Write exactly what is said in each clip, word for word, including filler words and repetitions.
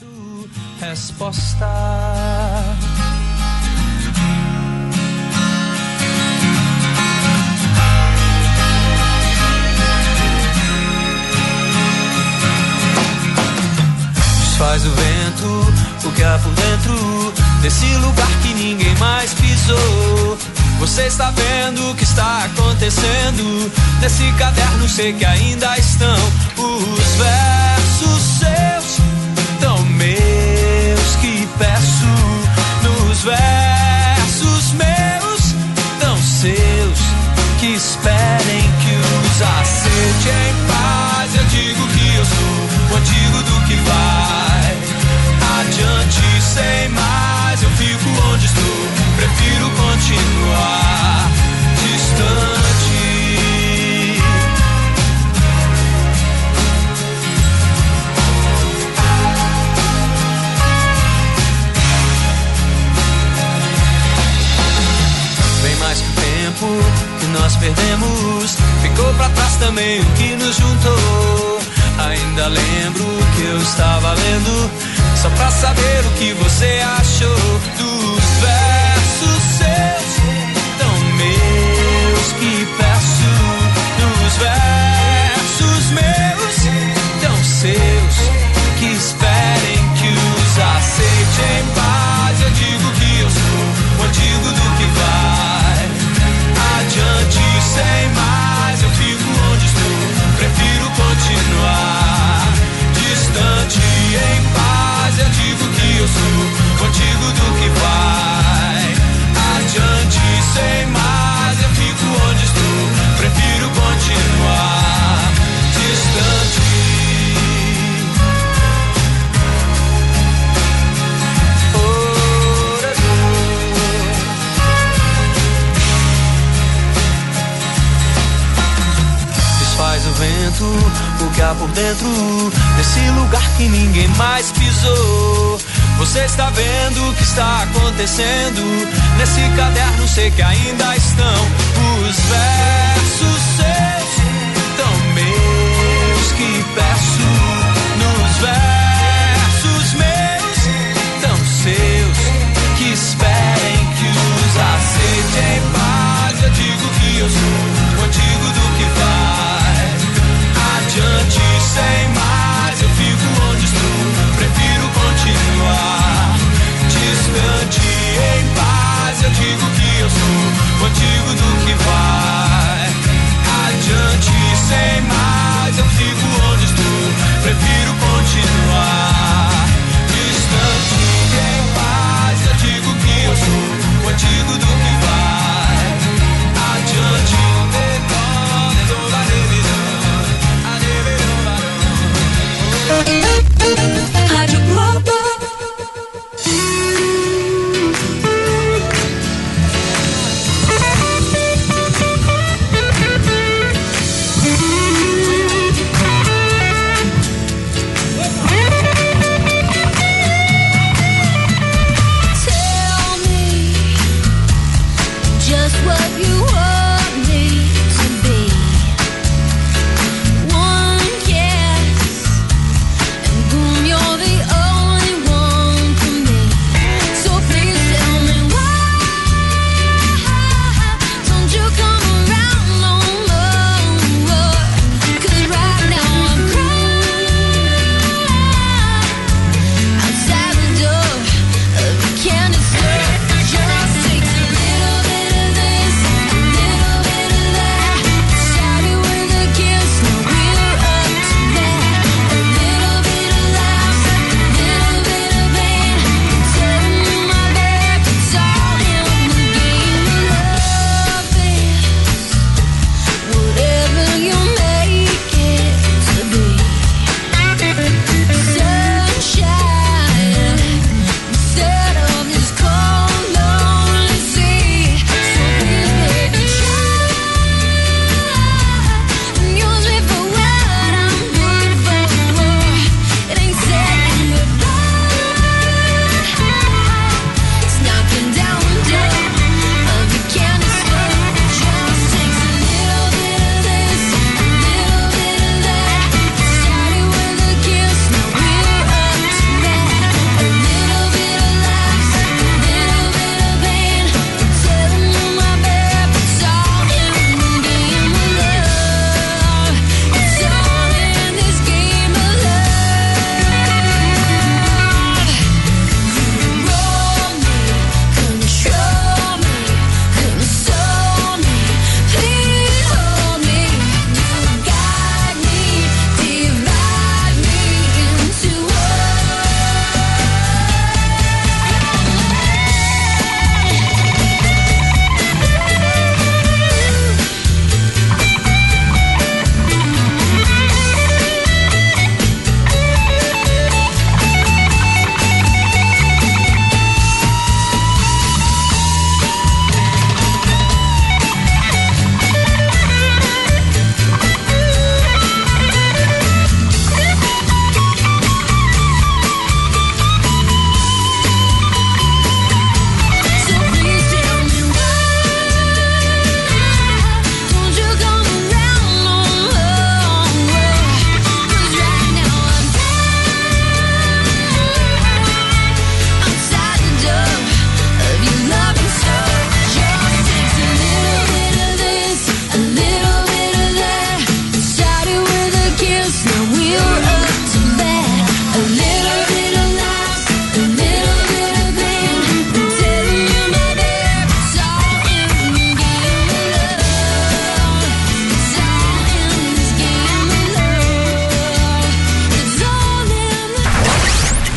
Resposta. Desfaz o vento, o que há por dentro desse lugar que ninguém mais pisou. Você está vendo o que está acontecendo nesse caderno, sei que ainda estão os versos seus, tão meus que peço. Nos versos meus, tão seus, que esperem que os aceite em paz. Eu digo que eu sou o antigo do que vai adiante sem mais. Eu fico onde estou, prefiro continuar distante. Bem mais que o tempo que nós perdemos, ficou pra trás também o que nos juntou. Ainda lembro que eu estava lendo só pra saber o que você achou dos versos seus, tão meus que peço. Nos versos meus, tão seus, que esperem que os aceite em paz. Eu digo que eu sou o antigo do que vai adiante sem mais. Eu fico onde estou, prefiro continuar distante em paz. Eu digo que eu sou o antigo do que vai adiante sem mais. Eu fico onde estou, prefiro continuar distante. Desfaz o vento, o que há por dentro desse lugar que ninguém mais pisou. Você está vendo o que está acontecendo nesse caderno, sei que ainda estão os versos seus, tão meus que peço. Nos versos meus, tão seus, que esperem que os aceite em paz. Eu digo que eu sou o antigo do que vai adiante sem mais. Eu fico onde estou, prefiro continuar distante em paz. Eu digo que eu sou o antigo do que vai adiante sem mais. Eu fico onde estou, prefiro continuar distante em paz. Eu digo que eu sou o antigo do que vai adiante. Rádio Globo.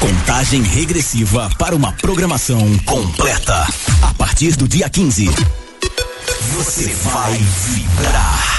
Contagem regressiva para uma programação completa. A partir do dia quinze, você vai vibrar.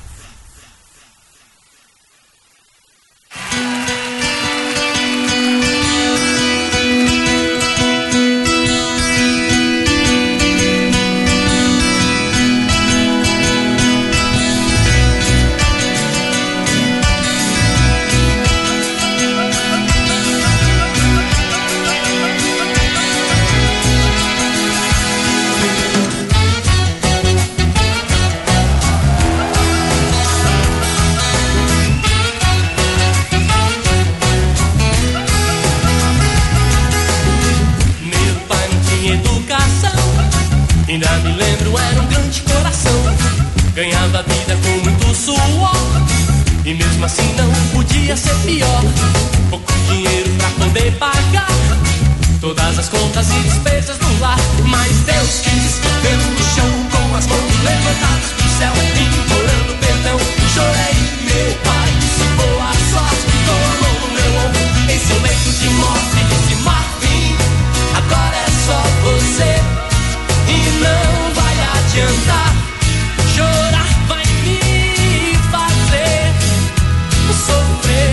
Ainda me lembro, era um grande coração. Ganhava vida com muito suor, e mesmo assim não podia ser pior. Pouco dinheiro pra poder pagar todas as contas e despesas do lar. Mas Deus quis ver no chão com as mãos levantadas pro céu, implorando perdão. Chorei, meu pai disse boa sorte, colou no meu ombro em seu leito de morte. Disse Marvin, agora é só você. E não vai adiantar, chorar vai me fazer sofrer.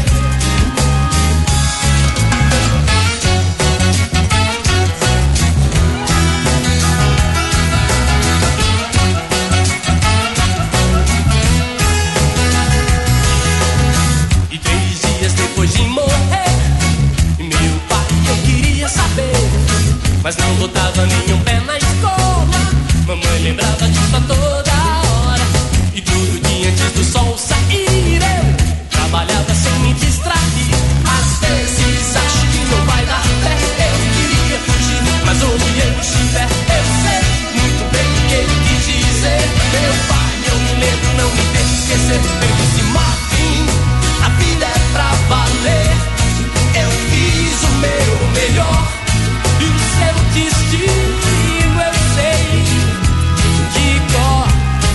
E três dias depois de morrer, meu pai eu queria saber, mas não botava nenhum pé na escola. Mamãe lembrava disso a toda hora, e todo dia antes do sol sair eu trabalhava sem me distrair. Às vezes acho que não vai dar pé, eu queria fugir, mas onde eu estiver eu sei muito bem o que ele quis dizer. Meu pai, eu me lembro, não me deixe esquecer. Eu disse Marvin, a vida é pra valer. Eu fiz o meu melhor e o seu destino eu sei de cor.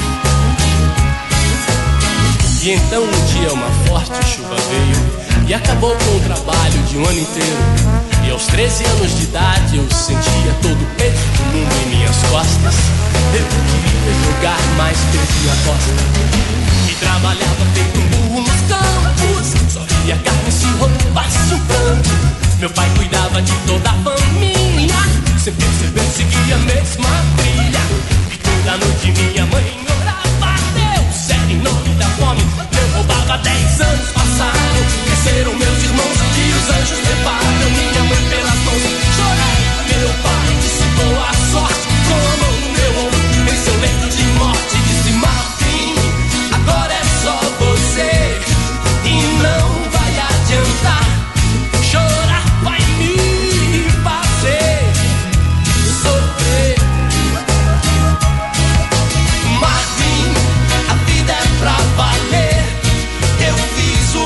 E então um dia uma forte chuva veio e acabou com o trabalho de um ano inteiro. E aos treze anos de idade eu sentia todo o peso do mundo em minhas costas. Eu queria jogar, mas perdi a aposta. E trabalhava feito um burro nos campos, só via carne se roubasse um pranto. Meu pai cuidava de toda a família, sem perceber seguia a mesma trilha. E toda noite minha mãe orava a Deus, era em nome da fome. Eu roubava, dez anos passaram, cresceram meus irmãos e os anjos levaram minha mãe pelas mãos. Chorei, meu pai disse boa sorte, colou no meu ombro em seu leito de morte. Disse Marvin, agora é só você e não vai adiantar, chorar vai me fazer sofrer. Marvin, a vida é pra valer. Eu fiz o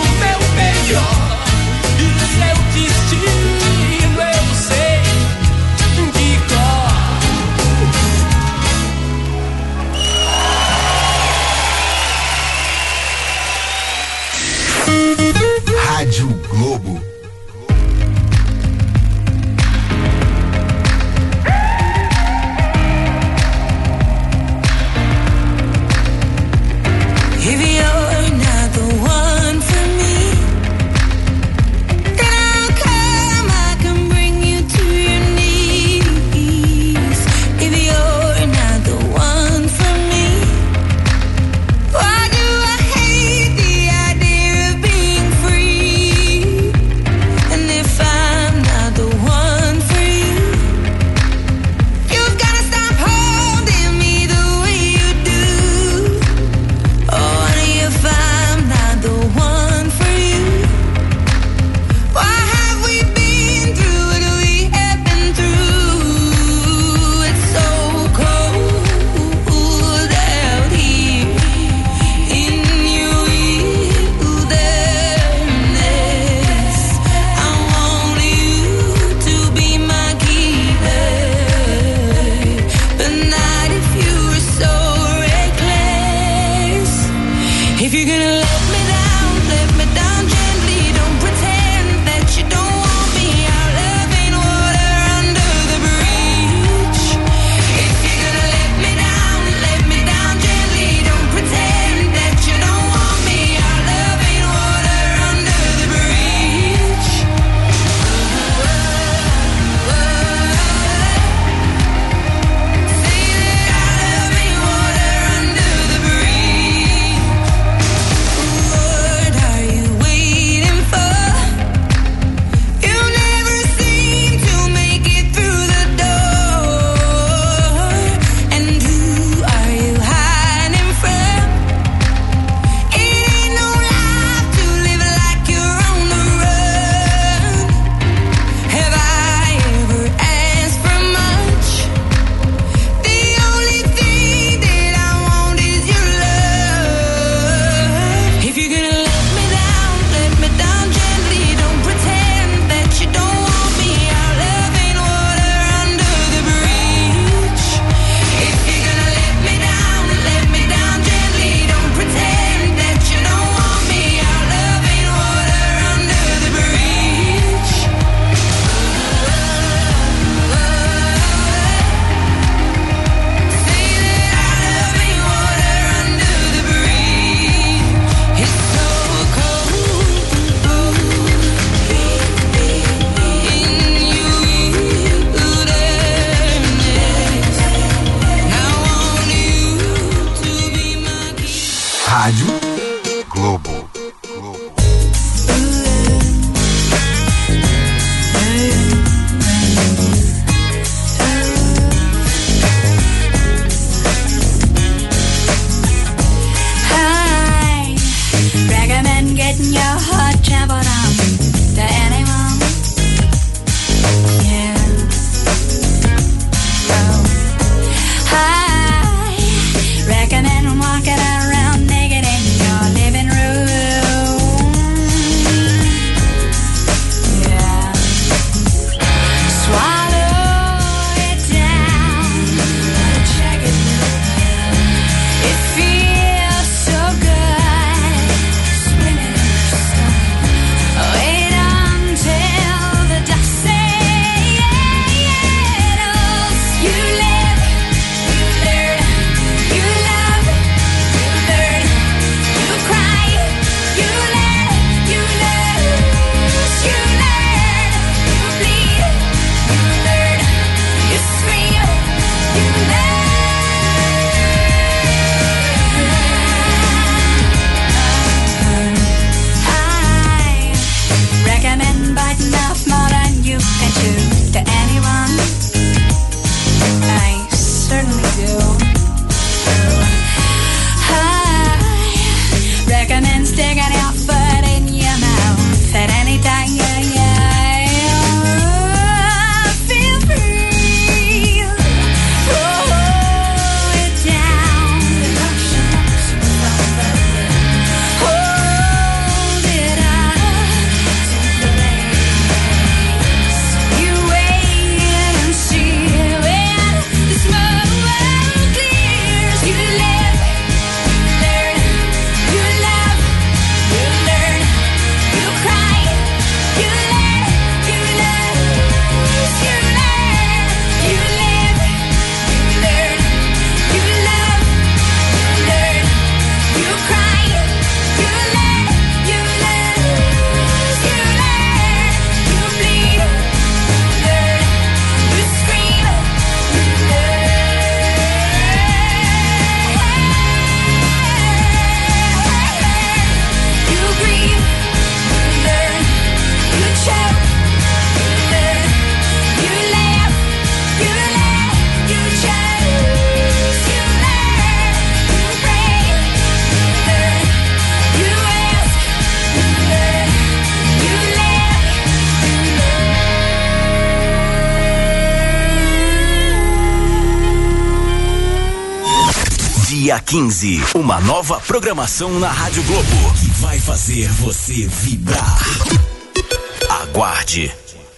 Dia quinze, uma nova programação na Rádio Globo que vai fazer você vibrar. Aguarde.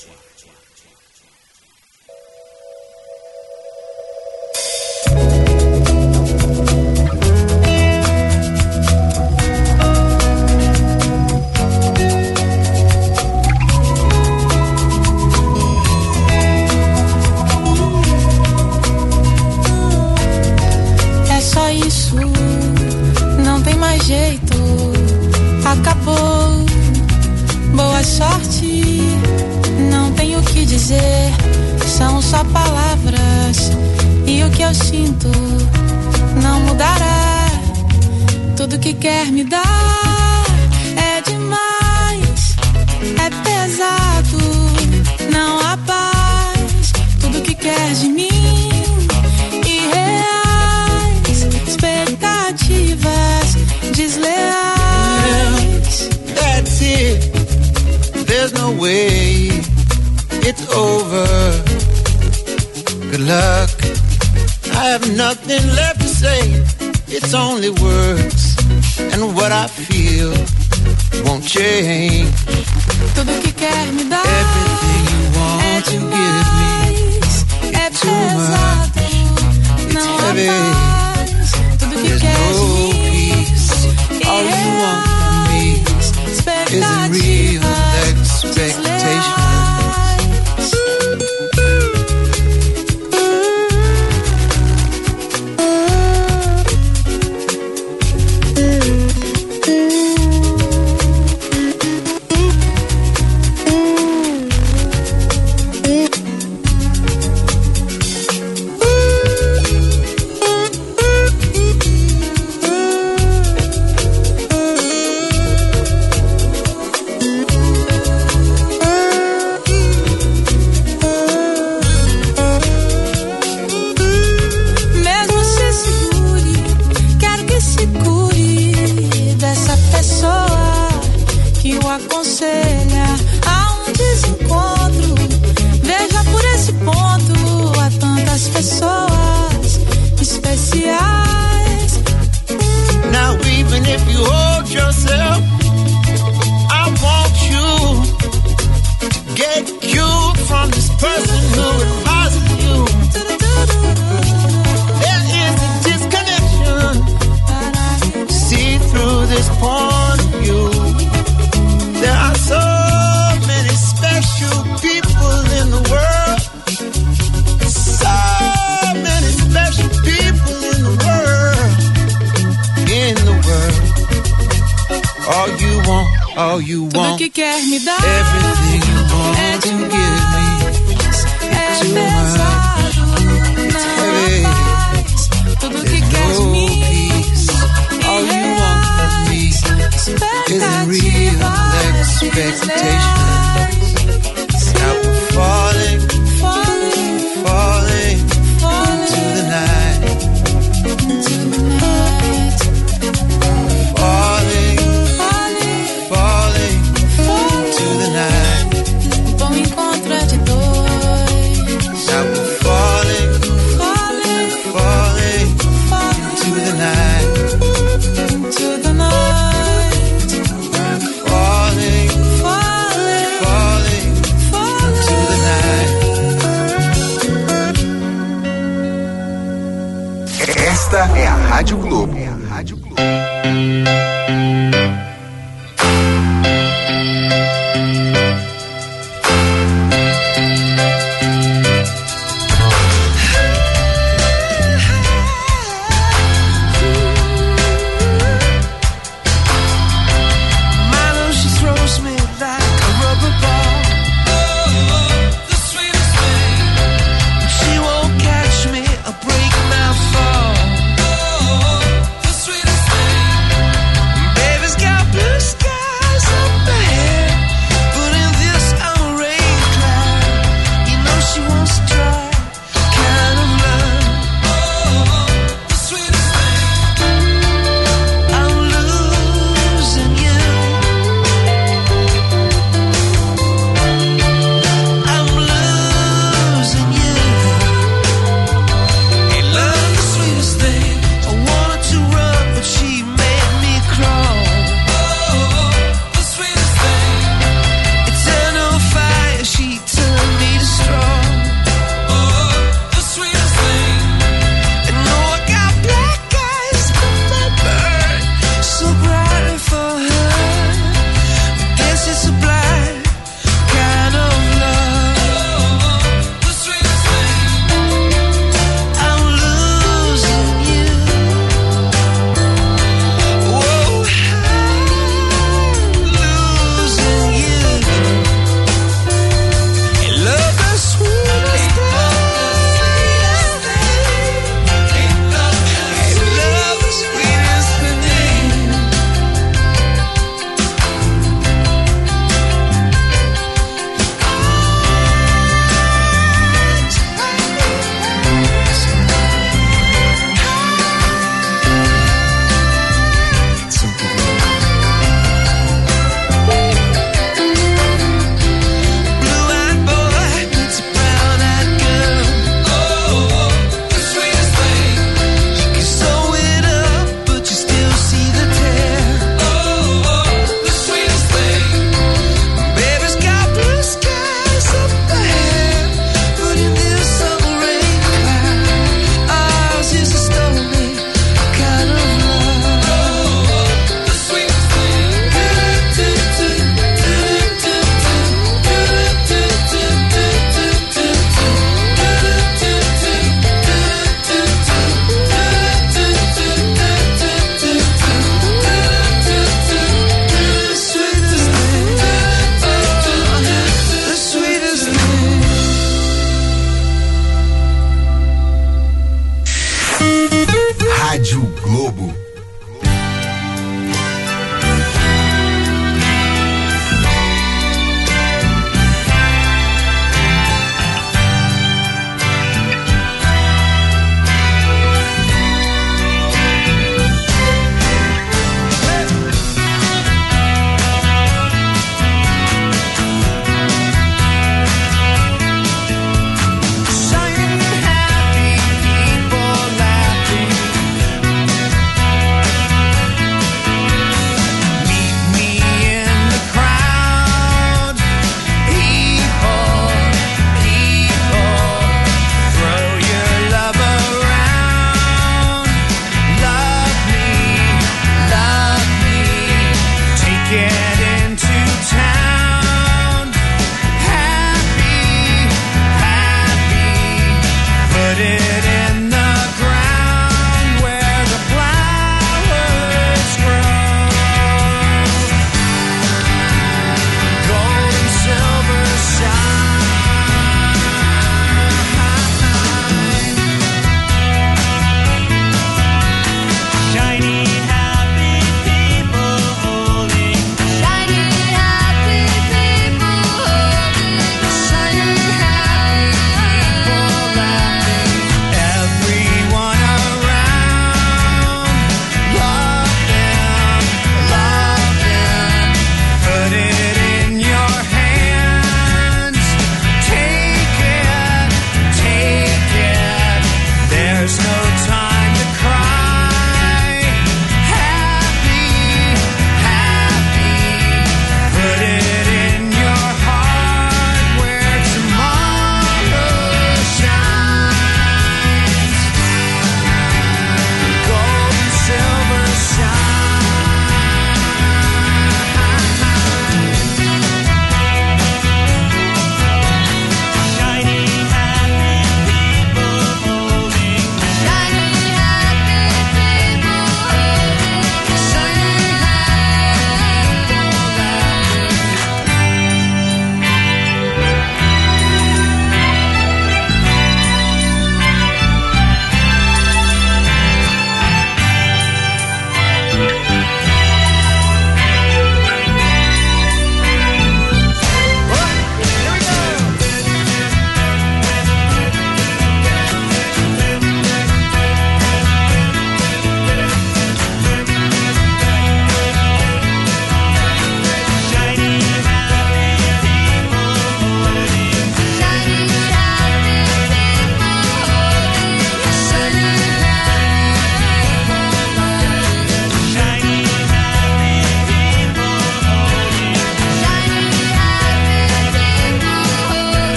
Acabou, boa sorte, não tenho o que dizer, são só palavras, e o que eu sinto não mudará, tudo que quer me dar é demais, é pesado, não há paz, tudo que quer de mim, irreais, expectativas desleais. That's it. There's no way it's over. Good luck. I have nothing left to say. It's only words, and what I feel won't change. Tudo que quer me dar everything you want é to demais, give me. É It's too pesado, much. não It's há heavy. paz. Tudo que There's quer no de mim, peace. All you want from me isn't real expectations. Pessoas especiais. Now even if you hold yourself, I want you to get cured from this person who advises you. There is a disconnection. See through this point of view. There are so many special people in the world. All you want, all you want. Tudo que quer me dar everything you want é to demais, give me. É Too pesado, much. It's não heavy. há paz. Tudo que There's quer de no mim, peace. All you want from me isn't real expectations. Now we're falling, falling, falling, falling into the night. into the night. Falling, Falling, falling falling into the night. bom encontro é de dois. Now we're falling, Falling, falling falling into the night. into the night. Falling, Falling, falling into the night. Esta é a Rádio Globo. É a Rádio Globo. She won't catch me, I'll break my fall.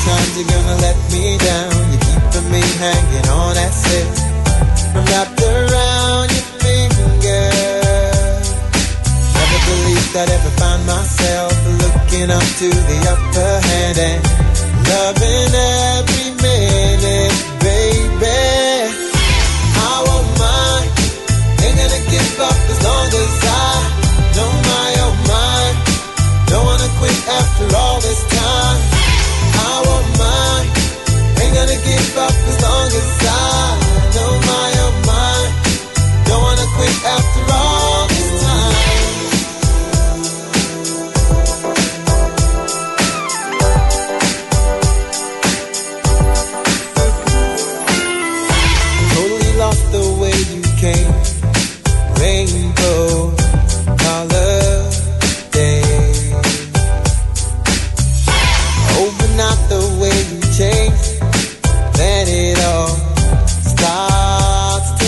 times you're gonna let me down? You're keeping me hanging on that silk. I'm wrapped around your finger. Never believed I'd ever find myself looking up to the upper hand and loving every minute, baby. I won't mind, ain't gonna give up as long as I know my own mind. Don't wanna quit after all this time. I won't mind, ain't gonna give up as long as I know my own mind. Don't wanna quit after all this time. Totally lost the way you came. Rainbow color day. Oh, but not the way you changed. Then it all starts to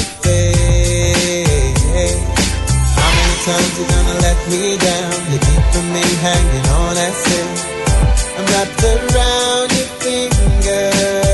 fade. How many times you gonna let me down? You're keeping me hanging on that silk. I'm wrapped around your finger.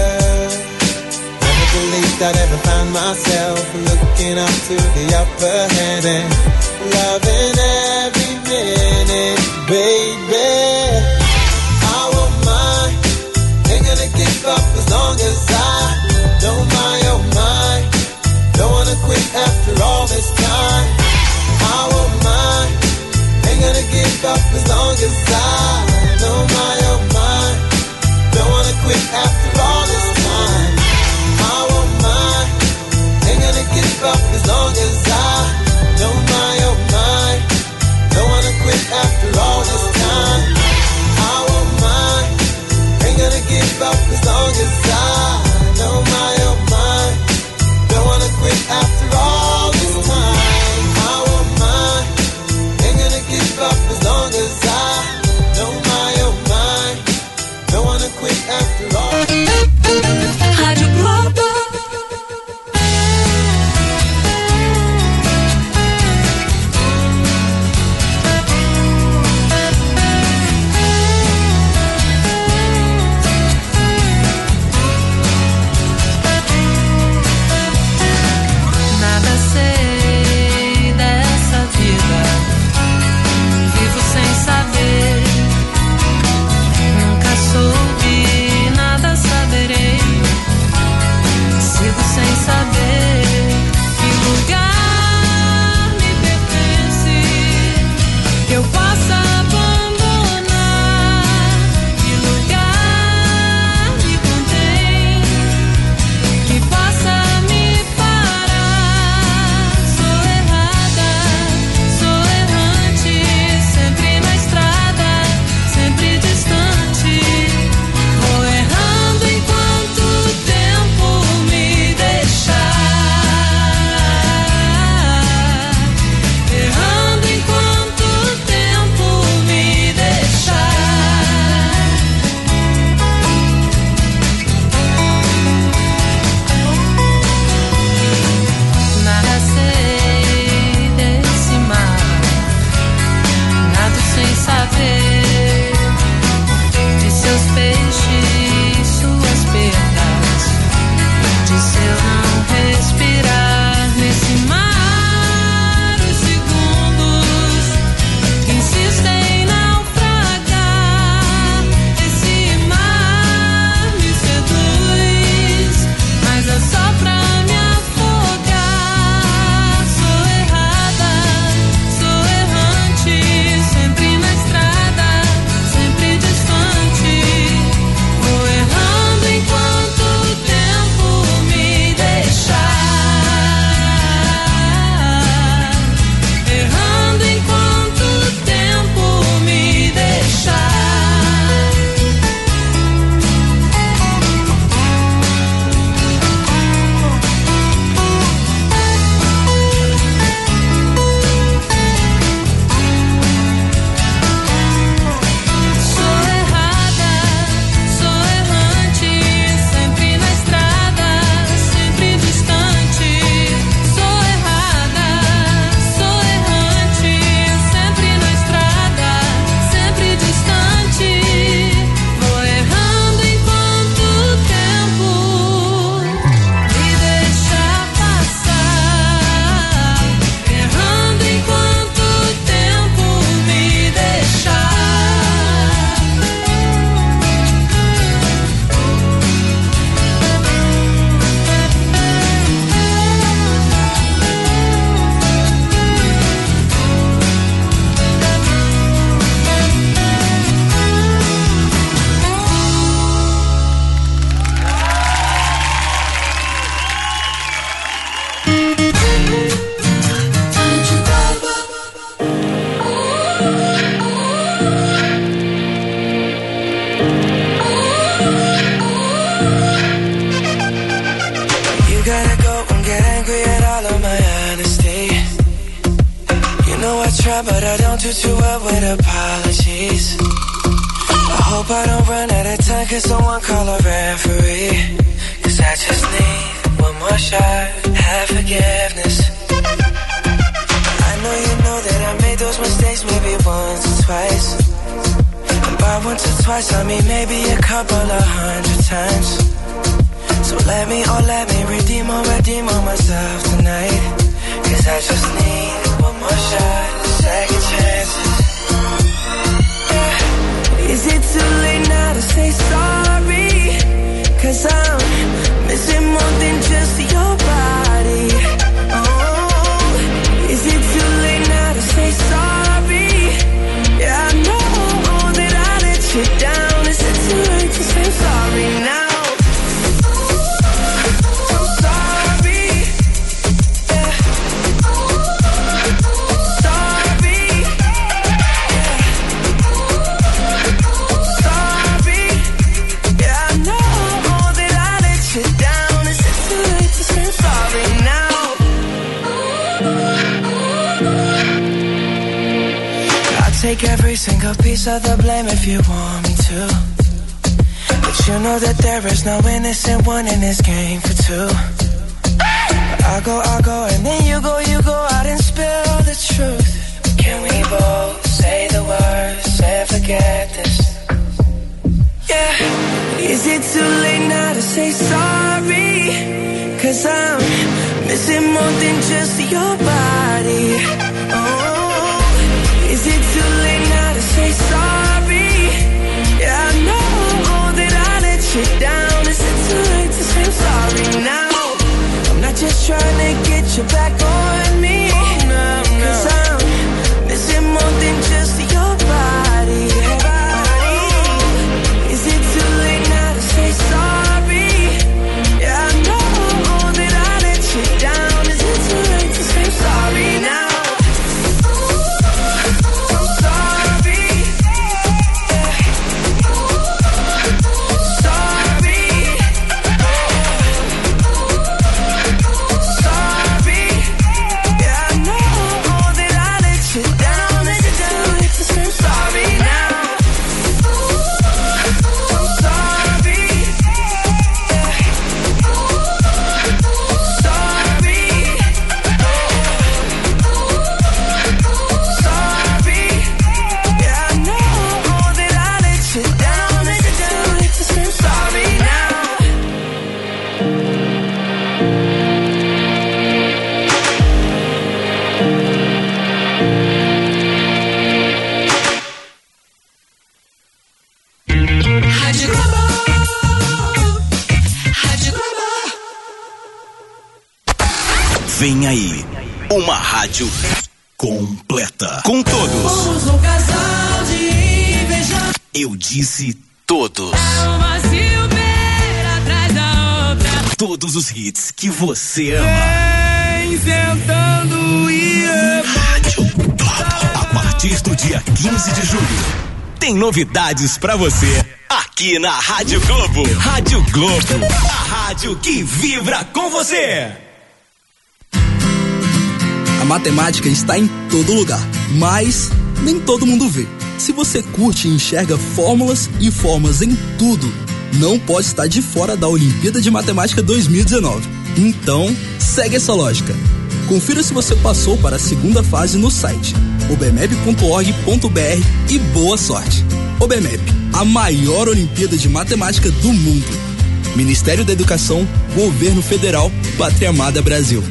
Never believed I'd ever find myself looking up to the upper hand and loving every minute, baby. I won't mind, ain't gonna give up as long as I know my own mind. Don't wanna quit after all this time. I won't mind, ain't gonna give up as long as I know my own mind. Don't wanna quit after all this time. I won't mind, ain't gonna give up as long as I know my own mind. Don't wanna quit after all this time. I won't mind, ain't gonna give up as long as I know my own mind. Don't wanna quit after all this time. I won't mind, ain't gonna give up as long as I know my own mind. Don't wanna quit after all. Rádio Globo. don't do too well with apologies. I hope I don't run out of time, cause someone call a referee. Cause I just need one more shot, have forgiveness. I know you know that I made those mistakes maybe once or twice. And by once or twice I mean maybe a couple of hundred times. So let me, oh let me redeem or redeem on myself tonight. Cause I just need one more shot, second chances. Yeah. Is it too late now to say sorry? Cause I'm missing more than just your body. Oh, is it too late now to say sorry? Yeah, I know that I let you down. Is it too late to say sorry now? Take every single piece of the blame if you want me to. But you know that there is no innocent one in this game for two. But I go, I go, and then you go, you go out and spill the truth. But can we both say the words and forget this? Yeah. Is it too late now to say sorry? Cause I'm missing more than just your body. Oh. Is it too late now to say sorry? Yeah, I know that I let you down. Is it too late to say sorry now? I'm not just trying to get you back on me. No, no. Cause I'm missing more than just your body. Is it too late now to say sorry? Yeah, I know that I let you down. Is it too late to say sorry now? Vem aí, uma rádio completa. Com todos. Somos um casal de invejosos. Eu disse todos. Uma Silveira atrás da outra. Todos os hits que você ama. Vem sentando e Rádio Globo. A partir do dia quinze de julho, tem novidades pra você. Aqui na Rádio Globo. Rádio Globo. A rádio que vibra com você. A matemática está em todo lugar, mas nem todo mundo vê. Se você curte e enxerga fórmulas e formas em tudo, não pode estar de fora da Olimpíada de Matemática dois mil e dezenove. Então, segue essa lógica. Confira se você passou para a segunda fase no site o b m e p ponto org ponto b r e boa sorte. O B M E P, a maior Olimpíada de Matemática do mundo. Ministério da Educação, Governo Federal, Pátria Amada Brasil.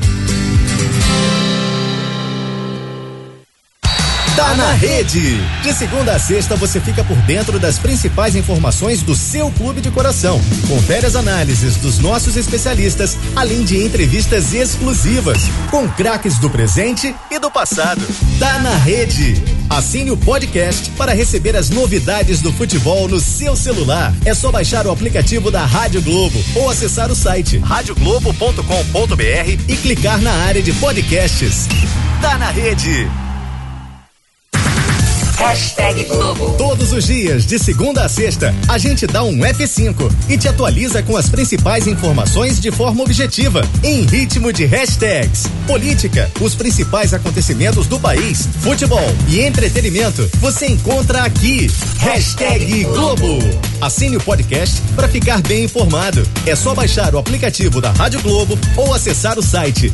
Tá na Rede! De segunda a sexta você fica por dentro das principais informações do seu clube de coração. Confere as análises dos nossos especialistas, além de entrevistas exclusivas, com craques do presente e do passado. Tá na Rede! Assine o podcast para receber as novidades do futebol no seu celular. É só baixar o aplicativo da Rádio Globo ou acessar o site rádio globo ponto com ponto b r e clicar na área de podcasts. Tá na Rede! Hashtag Globo. Todos os dias, de segunda a sexta, a gente dá um F cinco e te atualiza com as principais informações de forma objetiva, em ritmo de hashtags. Política, os principais acontecimentos do país, futebol e entretenimento, você encontra aqui. Hashtag Globo. Assine o podcast para ficar bem informado. É só baixar o aplicativo da Rádio Globo ou acessar o site.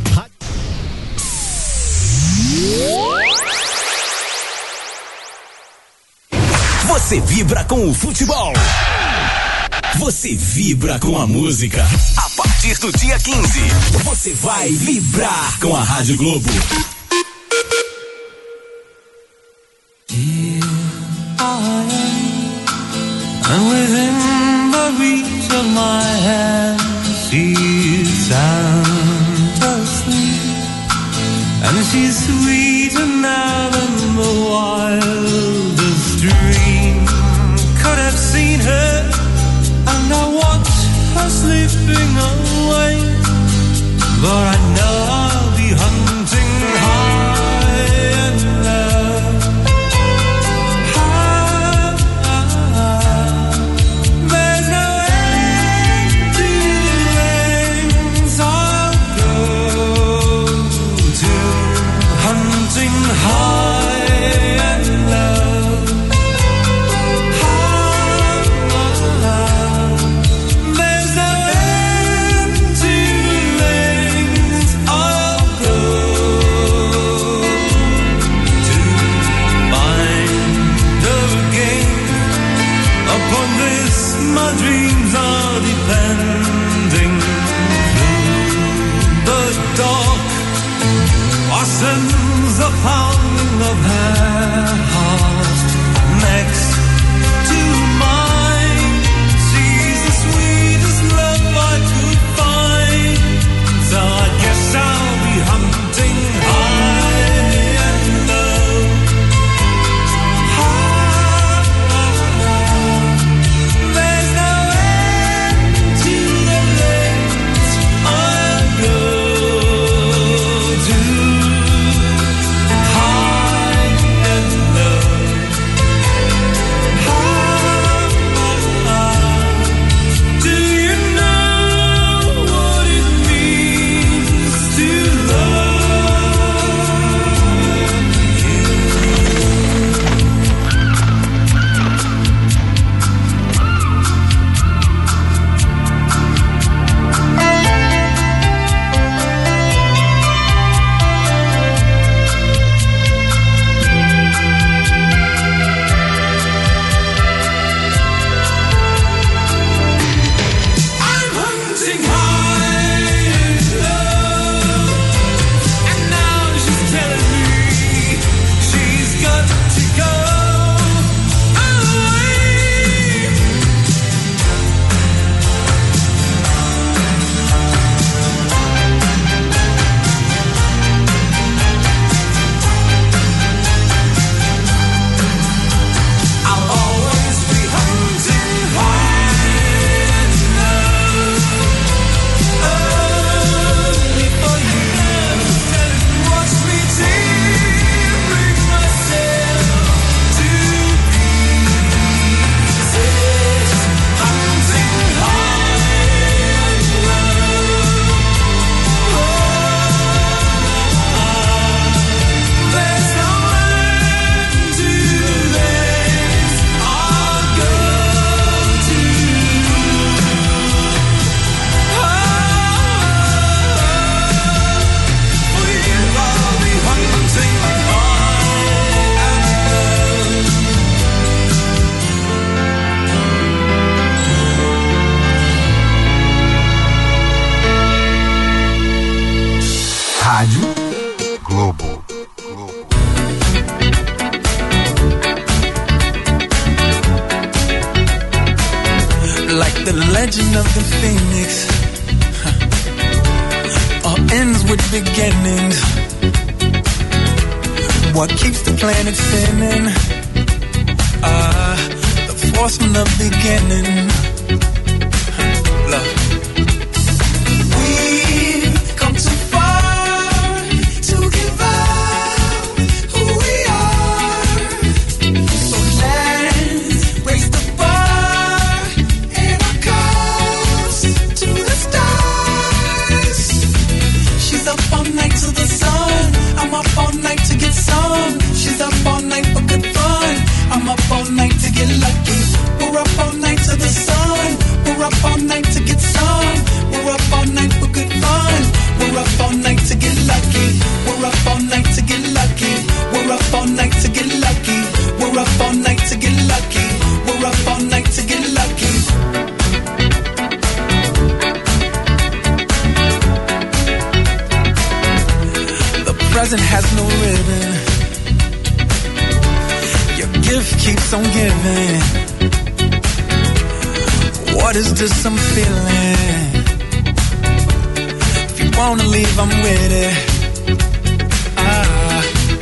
Você vibra com o futebol. Você vibra com a música. A partir do dia quinze, você vai vibrar com a Rádio Globo. Here I am, and within the reach of my hand, she's sound asleep, and she's sweeter now than the wildest dream. Could have seen her, and I watch her slipping away, but I know I'll be hunting high and low. High, high. There's no end to the lengths I'll go to, hunting high and low. My dreams are depending through the dark. Wasn't the pounding of her heart next to mine. She's the sweetest love I could find. So I guess I'll be hunting high and low. High, high. There's no end to the lengths I'll go to, high and low. High, high. Do you know what it means to love you? I'm hunting high and low, and now she's telling me she's got to go away. I'll always be hunting high and low, only for you. Watch me tearing myself to pieces, hunting high and low. There's no end to the lengths I'll go to. For you I'll be hunting high and low. Rádio Globo. Like the legend of the phoenix, huh, all ends with beginnings. What keeps the planet spinning? Ah, the force from the beginning. Huh, love. We've come too far to give up who we are. We're up all night to get some. We're up all night for good fun. We're up all night to get lucky. We're up all night to get lucky. We're up all night to get lucky. We're up all night to get lucky. We're up all night to get lucky. The present has no ribbon. Your gift keeps on giving. What is this I'm feeling? If you wanna leave, I'm with it. Ah.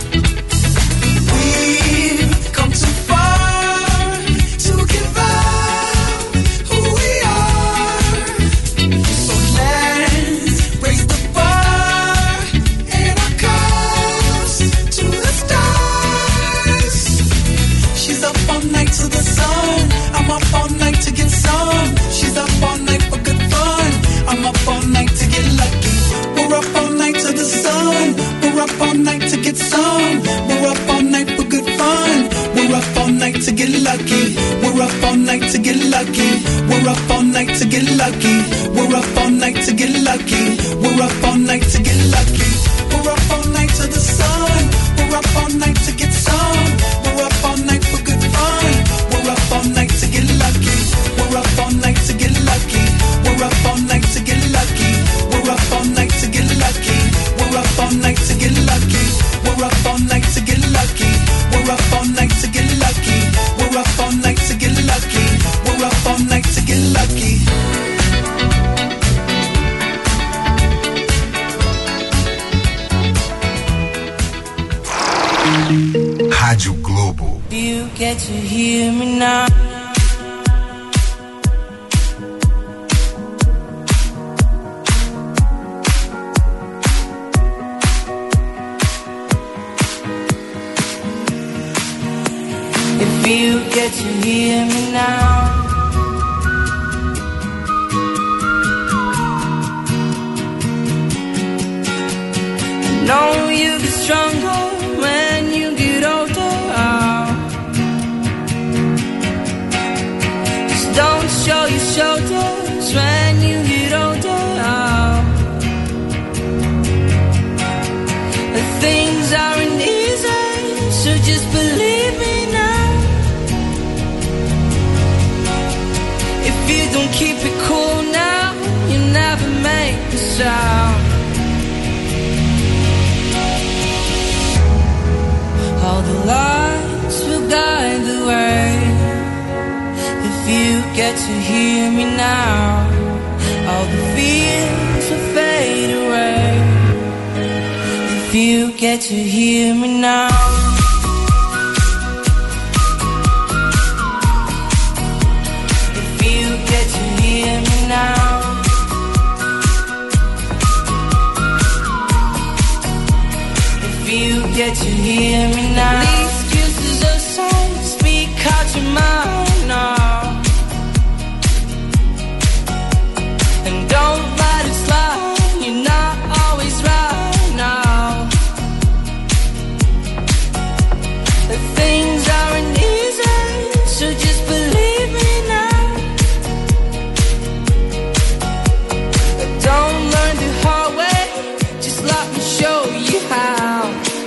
We've come too far to give up who we are. So let's raise the bar and our cups to the stars. She's up all night to the sun. I'm up all night to get some. She's up all night for good fun. I'm up all night to get lucky. We're up all night to the sun. We're up all night to get some. We're up all night for good fun. We're up all night to get lucky. We're up all night to get lucky. We're up all night to get lucky. We're up all night to get lucky. We're up all night to get lucky. We're up all night to the sun. We're up all night to get some. We're up all night for good fun. We're up all night to get lucky. We're up all night to get lucky. We're up all night to get lucky. We're up all night to get lucky. We're up all night to get lucky. We're up all night to get lucky. We're up all night to get lucky. We're up all night to get lucky. We're up all night to get lucky. Rádio Globo. You get to hear me now. If you get to hear me now. I know you get stronger when you get older. Just don't show your shoulders when you get older. Things aren't easy, so just believe me now. If you don't keep it cool now, you never make a sound. All the lights will guide the way. If you get to hear me now, all the fears will fade away. If you get to hear me now. If you get to hear me now. If you get to hear me now. These excuses aside, speak out your mind now. And don't let it slide, you're not always right now. The things aren't easy, so just believe me now. Don't learn the hard way, just let me show you how.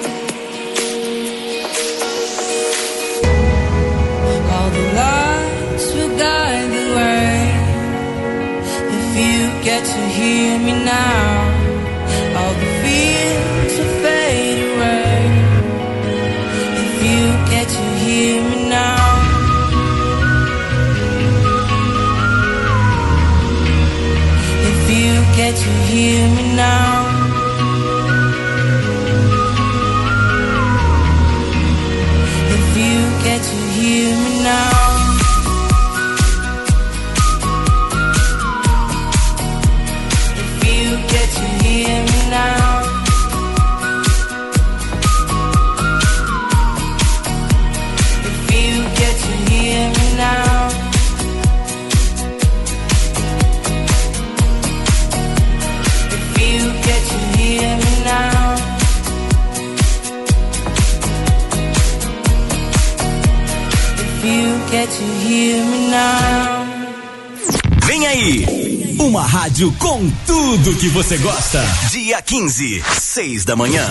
All the lights will guide the way. If you get to hear me now, all the fears will fade away. If you get to hear me now. If you get to hear me now. If you get to hear me now. If you get to hear me now. If you get to hear me now. If you get to hear me now. If you get to hear me now. Vem aí aí, uma rádio com tudo que você gosta. Dia quinze, seis da manhã.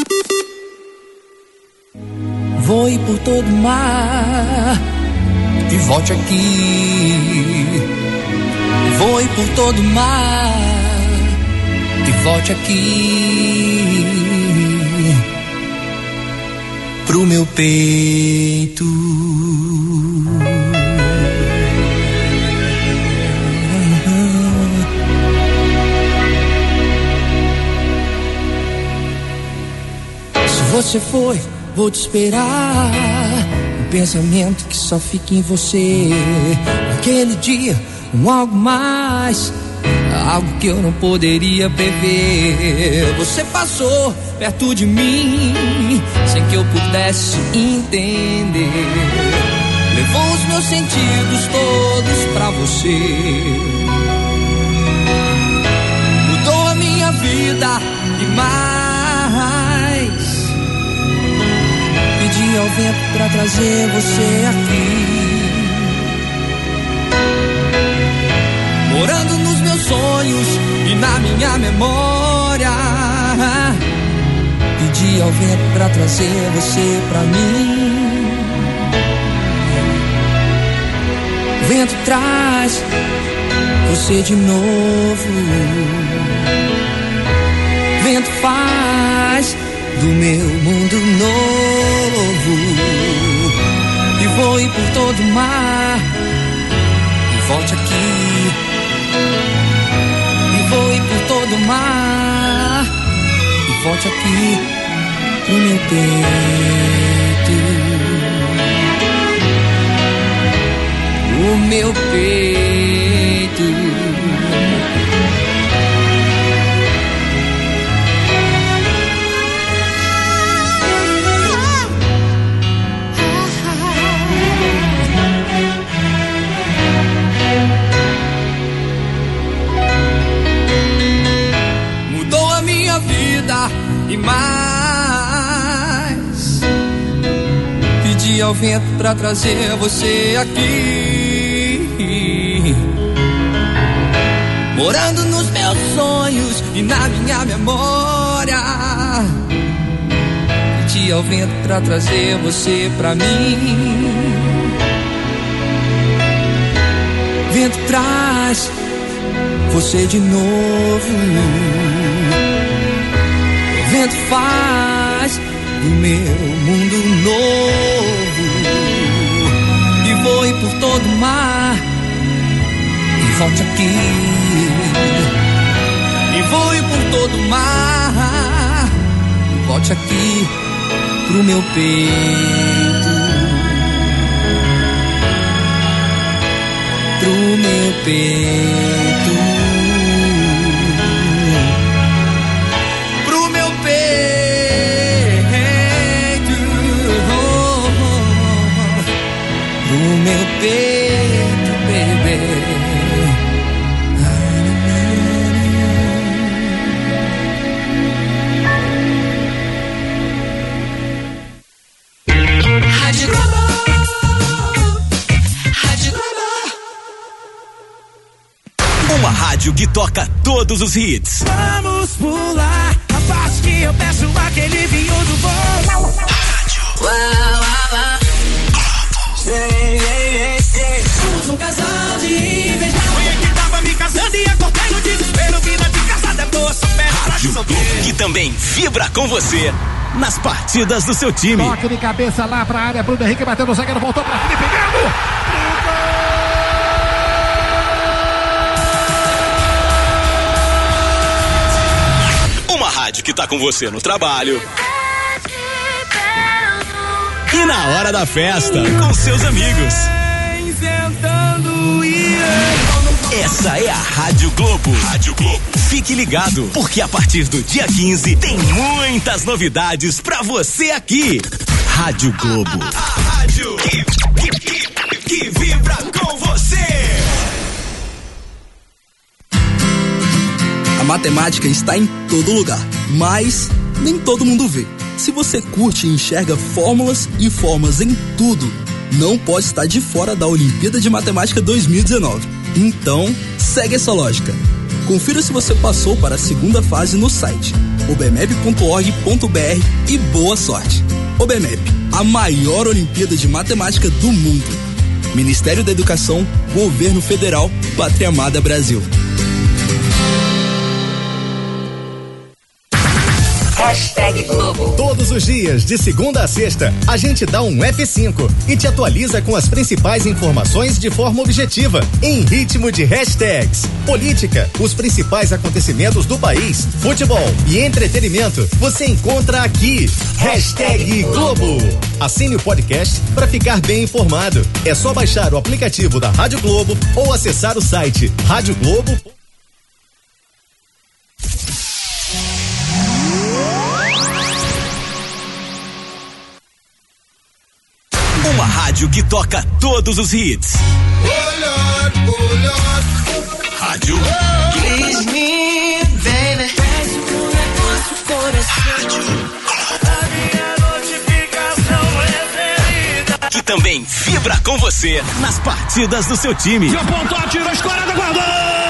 Voe por todo o mar e volte aqui. Voe por todo o mar e volte aqui pro meu peito. Se você foi, vou te esperar. Um pensamento que só fica em você. Aquele dia, um algo mais, algo que eu não poderia prever. Você passou perto de mim, sem que eu pudesse entender. Levou os meus sentidos todos pra você. Mudou a minha vida e mais. Pedi ao vento pra trazer você aqui. Morando nos meus sonhos e na minha memória. Pedi ao vento pra trazer você pra mim. O vento traz você de novo. O vento faz do meu mundo novo. E voe por todo o mar e volte aqui. Voe por todo o mar e volte aqui pro meu peito. O meu peito. E mais, pedi ao vento pra trazer você aqui. Morando nos meus sonhos e na minha memória. Pedi ao vento pra trazer você pra mim. Vento traz você de novo. O vento faz do meu mundo novo. E voe por todo o mar e volte aqui. E voe por todo o mar e volte aqui pro meu peito. Pro meu peito. Meu peito, baby. Rádio Globo, Rádio Globo. Uma rádio que toca todos os hits. Vamos pular a parte que eu peço aquele vinho do bom. Rádio. Uau, uau, uau. Somos um casal de inveja. Sonhei que tava me casando e acordei no desespero. Vida de casada é boa, só pede pra Rádio Globo, que também vibra com você nas partidas do seu time. Toque de cabeça lá pra área. Bruno Henrique bateu no zagueiro, voltou pra Felipe Galo. Uma rádio que tá com você no trabalho. E na hora da festa, com seus amigos. Essa é a Rádio Globo. Rádio Globo. Fique ligado, porque a partir do dia quinze tem muitas novidades pra você aqui. Rádio Globo. A, a, a rádio que, que, que, que vibra com você. A matemática está em todo lugar, mas nem todo mundo vê. Se você curte e enxerga fórmulas e formas em tudo, não pode estar de fora da Olimpíada de Matemática dois mil e dezenove. Então, segue essa lógica. Confira se você passou para a segunda fase no site o b m e p ponto org ponto b r e boa sorte. O B M E P, a maior Olimpíada de Matemática do mundo. Ministério da Educação, Governo Federal, Pátria Amada Brasil. Hashtag Globo. Todos os dias, de segunda a sexta, a gente dá um F cinco e te atualiza com as principais informações de forma objetiva, em ritmo de hashtags. Política, os principais acontecimentos do país, futebol e entretenimento, você encontra aqui. Hashtag Globo. Assine o podcast para ficar bem informado. É só baixar o aplicativo da Rádio Globo ou acessar o site rádio globo. Uma rádio que toca todos os hits. Oh Lord, oh Lord. Rádio. Please me, baby. Rádio. Que também vibra com você nas partidas do seu time. E apontou, atirou, escorada, guardou!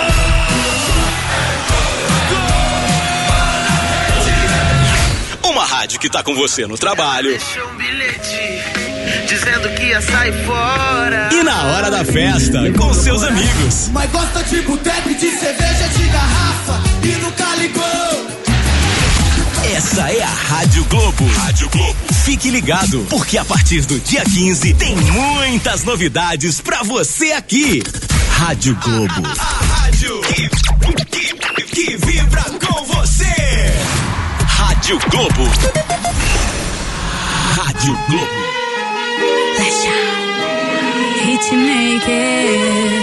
Uma rádio que tá com você no trabalho. Deixou um bilhete dizendo que ia sair fora. E na hora da festa, com seus amigos. Mas gosta de boteco, de cerveja, de garrafa e nunca ligou. Essa é a Rádio Globo. Rádio Globo. Fique ligado, porque a partir do dia quinze tem muitas novidades pra você aqui. Rádio Globo. A, a, a rádio que, que, que vibra com você. Rádio Globo. Rádio Globo. Hitmaker.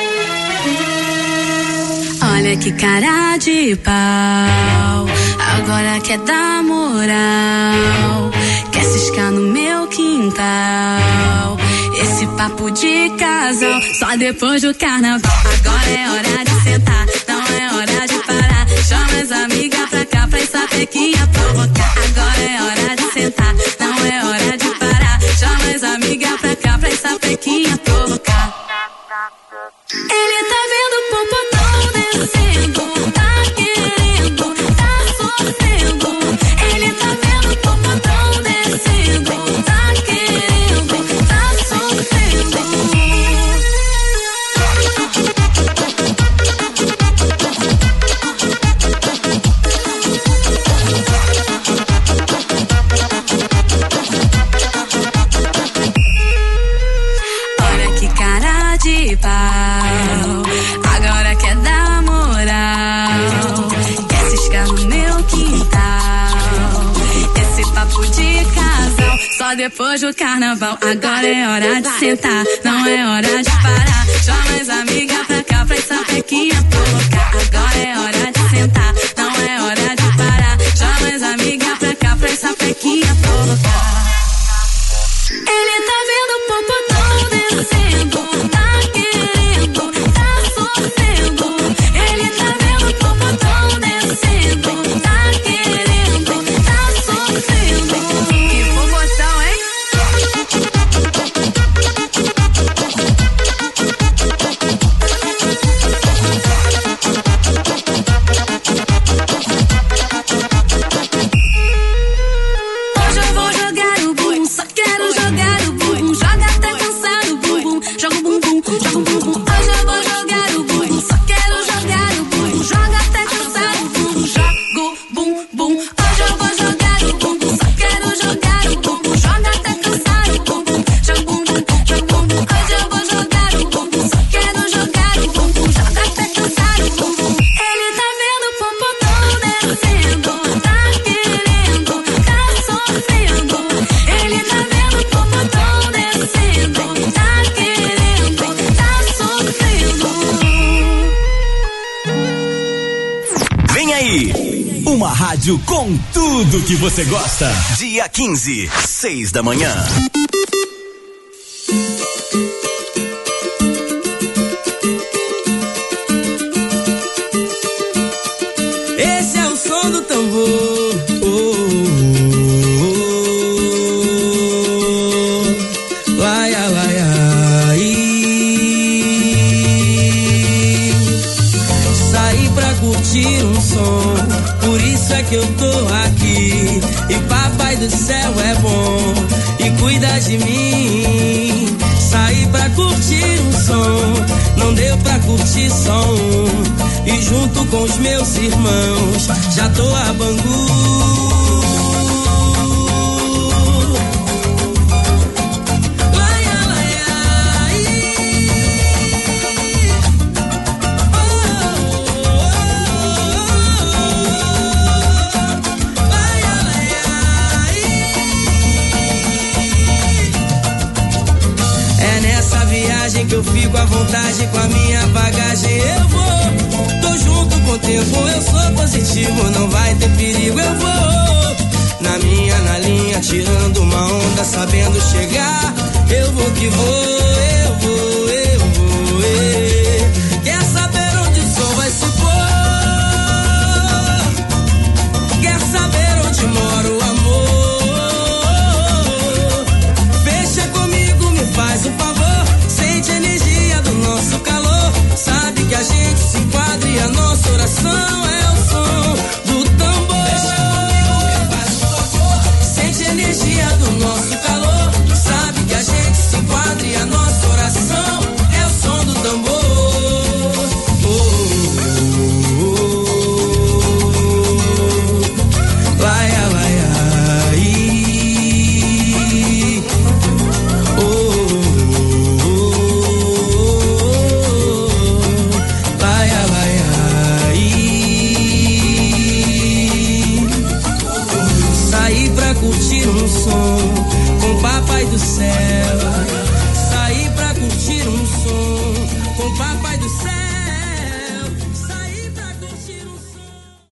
Olha que cara de pau, agora quer dar moral, quer ciscar no meu quintal. Esse papo de casal, só depois do carnaval. Agora é hora de sentar, não é hora de parar. Chama as amigas pra cá pra essa pequinha provocar. Agora é hora de sentar, não é hora de parar. Chama as amigas pra cá pra essa pequinha provocar. Ele tá vendo o popotão descendo, tá querendo, tá sofrendo. Ele tá vendo o popotão descendo, tá querendo, tá sofrendo. Olha que cara de pau, agora quer dar moral, quer ciscar no meu quintal. Esse papo de casal, só depois do carnaval. Agora é hora de sentar, não é hora de parar. Chama as amigas pra cá pra essa pequinha provocar. Agora é hora de sentar, não é hora de parar. Chama as amigas pra cá pra essa pequinha provocar. Ele tá vendo o popotão descendo, tá querendo, tá sofrendo. Ele tá vendo o popotão descendo, tá querendo, tá sofrendo. Que popotão, hein? Hoje eu vou jogar o bumbum, só quero jogar o bumbum. Joga até cansar o bumbum, joga o bumbum, joga o bumbum. Hoje eu vou jogar o bumbum, só quero jogar o bumbum. Joga até cansar o bumbum, joga o bumbum. Hoje eu vou jogar o bumbum, só quero jogar o bumbum. Joga até cansar o bumbum, joga o bumbum, joga o bumbum. Hoje eu vou jogar o bumbum, só quero jogar o bumbum. Joga até cansar o bumbum. Ele tá vendo o popotão descendo, tá querendo, tá sofrendo. Ele tá vendo o popotão descendo, tá querendo, tá sofrendo. Vem aí, uma rádio com tudo que você gosta. Dia quinze, seis da manhã. Esse é o som do tambor. Oh, oh, oh. Laia, laia, ii. curtir um som. Por isso é que eu tô aqui. E papai do céu é bom e cuida de mim. Saí pra curtir um som, não deu pra curtir só um. E junto com os meus irmãos já tô a Bangu. Que eu fico à vontade com a minha bagagem. Eu vou, tô junto com o tempo. Eu sou positivo, não vai ter perigo. Eu vou, na minha, na linha, tirando uma onda, sabendo chegar. Eu vou que vou, eu vou, eu vou. Eu. Quer saber onde o sol vai se pôr? Quer saber onde mora o amor? Fecha comigo, me faz um favor. Sente a energia do nosso calor. Sabe que a gente se enquadra e a nossa oração é o som do tambor. Deixa comigo, me faz um favor. Sente a energia do nosso calor. Sabe que a gente se enquadra e a nossa oração é o som do tambor. Oh, oh, oh, oh. Vai, vai, ai. Oh. Curtir um som com papai do céu. Saí pra curtir um som com papai do céu.